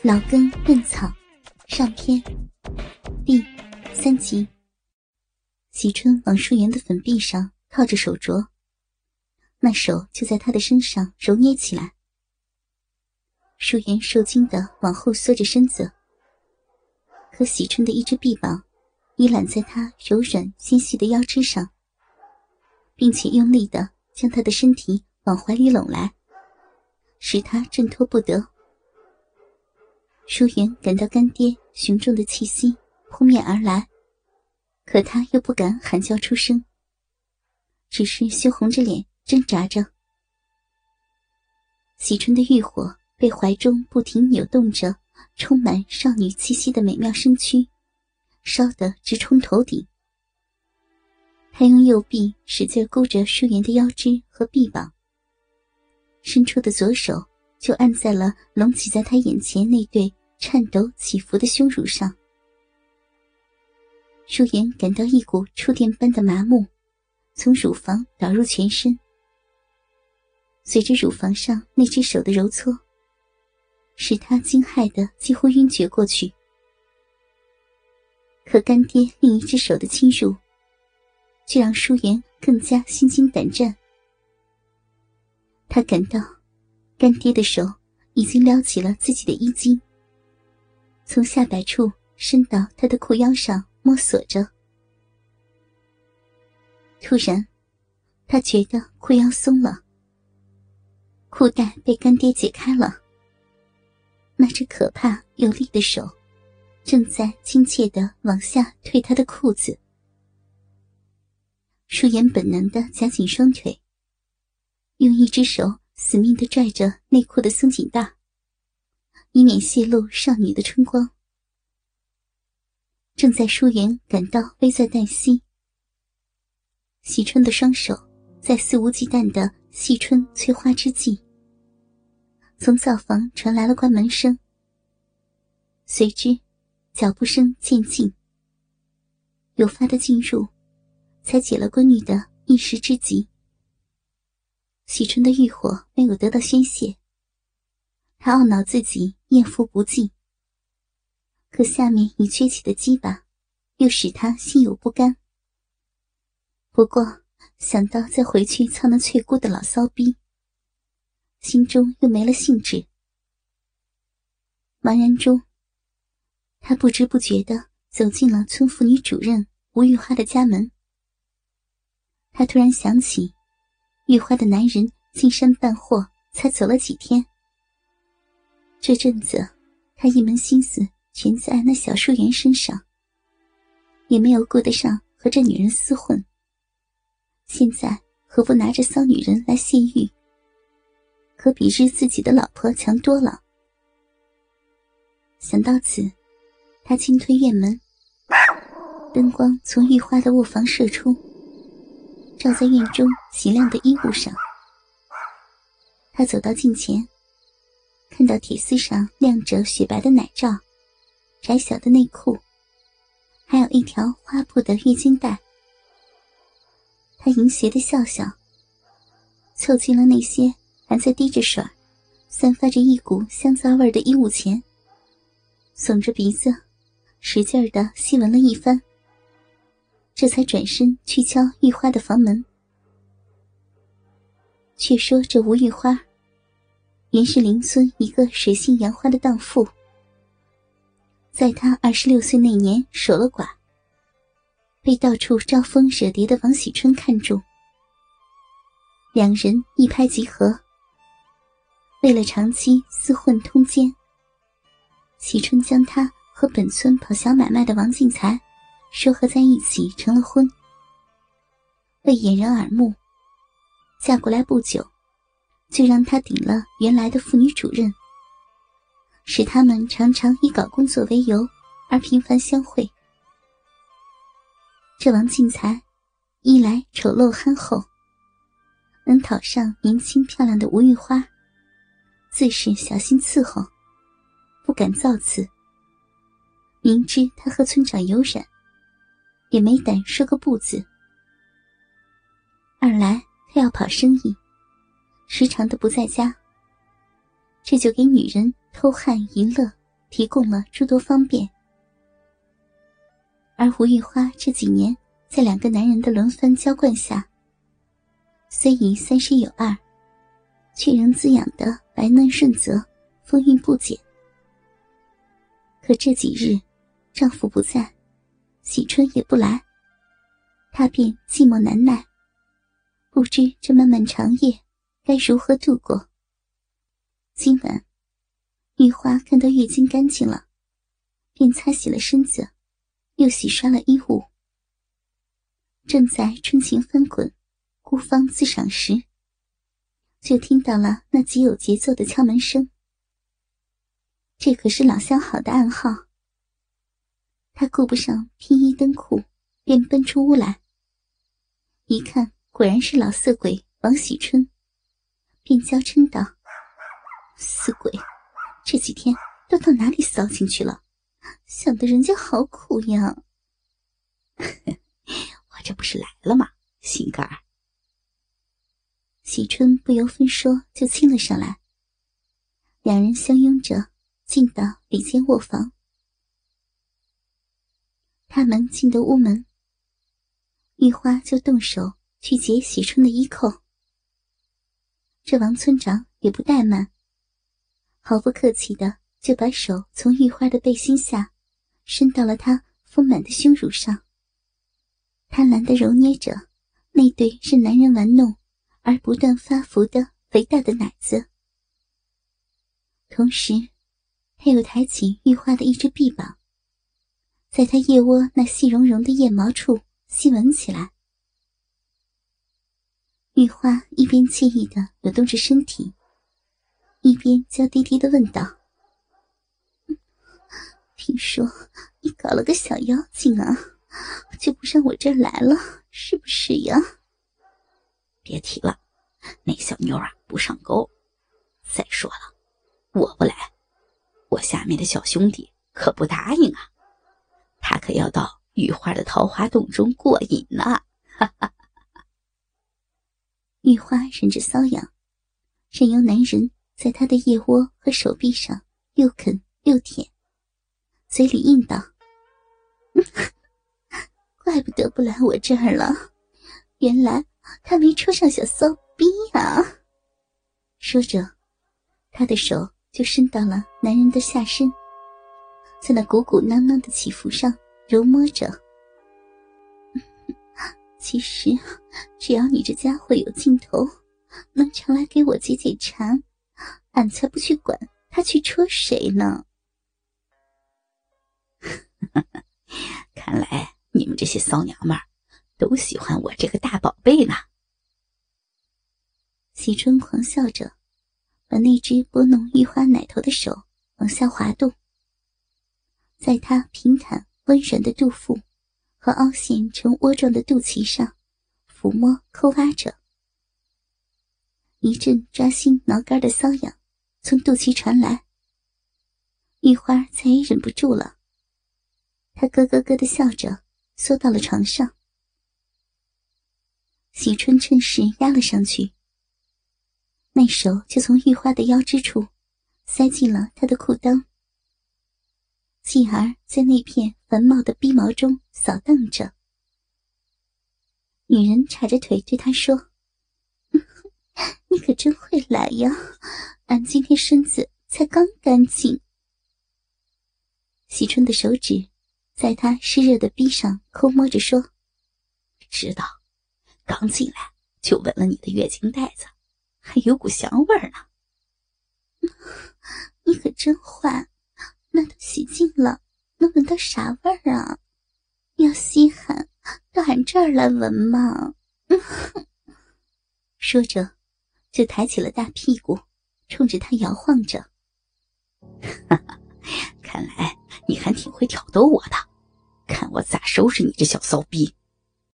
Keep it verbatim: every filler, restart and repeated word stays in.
老根嫩草上篇第三集。喜春往淑媛的粉壁上靠着手镯，那手就在她的身上揉捏起来。淑媛受惊地往后缩着身子，可喜春的一只臂膀已揽在她柔软纤细的腰肢上，并且用力地将她的身体往怀里拢来，使她挣脱不得。淑媛感到干爹雄重的气息扑面而来，可她又不敢喊叫出声，只是羞红着脸挣扎着。喜春的欲火被怀中不停扭动着充满少女气息的美妙身躯烧得直冲头顶。他用右臂使劲勾着淑媛的腰肢和臂膀，伸出的左手就按在了隆起在他眼前那对颤抖起伏的胸乳上。淑媛感到一股触电般的麻木从乳房导入全身，随着乳房上那只手的揉搓，使她惊骇得几乎晕厥过去。可干爹另一只手的侵入却让淑媛更加心惊胆战。她感到干爹的手已经撩起了自己的衣襟，从下摆处伸到她的裤腰上摸索着。突然她觉得裤腰松了，裤带被干爹解开了，那只可怕有力的手正在亲切地往下退她的裤子。淑妍本能地夹紧双腿，用一只手死命地拽着内裤的松紧带，以免泄露少女的春光。正在淑媛感到危在旦夕，喜春的双手在肆无忌惮的细春催花之际，从灶房传来了关门声，随之脚步声渐近，有发的进入才解了闺女的一时之急。喜春的欲火没有得到宣泄，她懊恼自己艳福不尽，可下面已撅起的鸡巴又使她心有不甘。不过想到再回去操那翠姑的老骚逼，心中又没了兴致。茫然中，她不知不觉地走进了村妇女主任吴玉花的家门。她突然想起玉花的男人进山办货才走了几天，这阵子她一门心思全在那小淑媛身上，也没有顾得上和这女人厮混，现在何不拿着骚女人来泄欲，可比之自己的老婆强多了。想到此，她轻推院门，灯光从玉花的卧房射出，照在院中洗亮的衣物上。她走到近前，看到铁丝上亮着雪白的奶罩，窄小的内裤，还有一条花布的月经带。她淫邪地笑笑，凑近了那些还在滴着水散发着一股香皂味的衣物前，耸着鼻子使劲地吸闻了一番，这才转身去敲玉花的房门。却说这吴玉花原是邻村一个水性杨花的荡妇，在她二十六岁那年守了寡，被到处招蜂惹蝶的王喜春看中，两人一拍即合。为了长期厮混通奸，喜春将她和本村跑小买卖的王进财说合在一起成了婚。为掩人耳目，嫁过来不久就让她顶了原来的妇女主任，使他们常常以搞工作为由而频繁相会。这王进财一来丑陋憨厚，能讨上年轻漂亮的吴玉花，自是小心伺候，不敢造次。明知他和村长有染，也没胆说个不字。二来他要跑生意，时常的不在家，这就给女人偷汉淫乐提供了诸多方便。而吴玉花这几年在两个男人的轮番浇灌下，虽已三十有二，却仍滋养得白嫩润泽，丰韵不减。可这几日丈夫不在，喜春也不来，她便寂寞难耐，不知这漫漫长夜该如何度过。今晚玉花看到月经干净了，便擦洗了身子，又洗刷了衣物。正在春情翻滚，孤芳自赏时，就听到了那极有节奏的敲门声。这可是老相好的暗号。他顾不上披衣登裤，便奔出屋来。一看果然是老色鬼王喜春，便娇嗔道：死鬼，这几天都到哪里骚进去了？想得人家好苦呀。 我这不是来了吗，心肝儿。 喜春不由分说就亲了上来，两人相拥着进到里间卧房。他们进得屋门，玉花就动手去解喜春的衣扣。这王村长也不怠慢，毫不客气的就把手从玉花的背心下伸到了她丰满的胸乳上，贪婪地揉捏着那对任男人玩弄而不断发福的肥大的奶子。同时他又抬起玉花的一只臂膀，在她腋窝那细绒绒的腋毛处细闻起来。玉花一边惬意地扭动着身体，一边娇滴滴地问道：听说你搞了个小妖精啊，就不上我这儿来了，是不是呀？ 别提了，那小妞啊不上钩。再说了，我不来，我下面的小兄弟可不答应啊，他可要到玉花的桃花洞中过瘾呢。哈哈。 玉花忍着瘙痒，任由男人在她的腋窝和手臂上又啃又舔，嘴里应道：怪不得不来我这儿了，原来他没戳上小骚逼啊。说着，他的手就伸到了男人的下身，在那鼓鼓囊囊的起伏上揉摸着。其实只要你这家伙有劲头，能常来给我解解馋，俺才不去管他去戳谁呢。 看来你们这些骚娘们儿都喜欢我这个大宝贝呢。 喜春狂笑着，把那只拨弄玉花奶头的手往下滑动，在她平坦温软的肚腹和凹陷成窝状的肚脐上抚摸抠挖着。一阵抓心挠肝的瘙痒从肚脐传来，玉花再也忍不住了，她咯咯咯地笑着缩到了床上。喜春趁势压了上去，那手就从玉花的腰肢处塞进了她的裤裆，继而在那片繁茂的逼毛中扫荡着。女人叉着腿对他说：你可真会来呀，俺今天身子才刚干净。喜春的手指在他湿热的逼上抠摸着说： 知道，刚进来就闻了你的月经带子，还有股香味儿呢。 你可真坏，那都洗净了，能闻到啥味儿啊？要稀罕到俺这儿来闻嘛。说着就抬起了大屁股，冲着他摇晃着。 看来你还挺会挑逗我的，看我咋收拾你这小骚逼。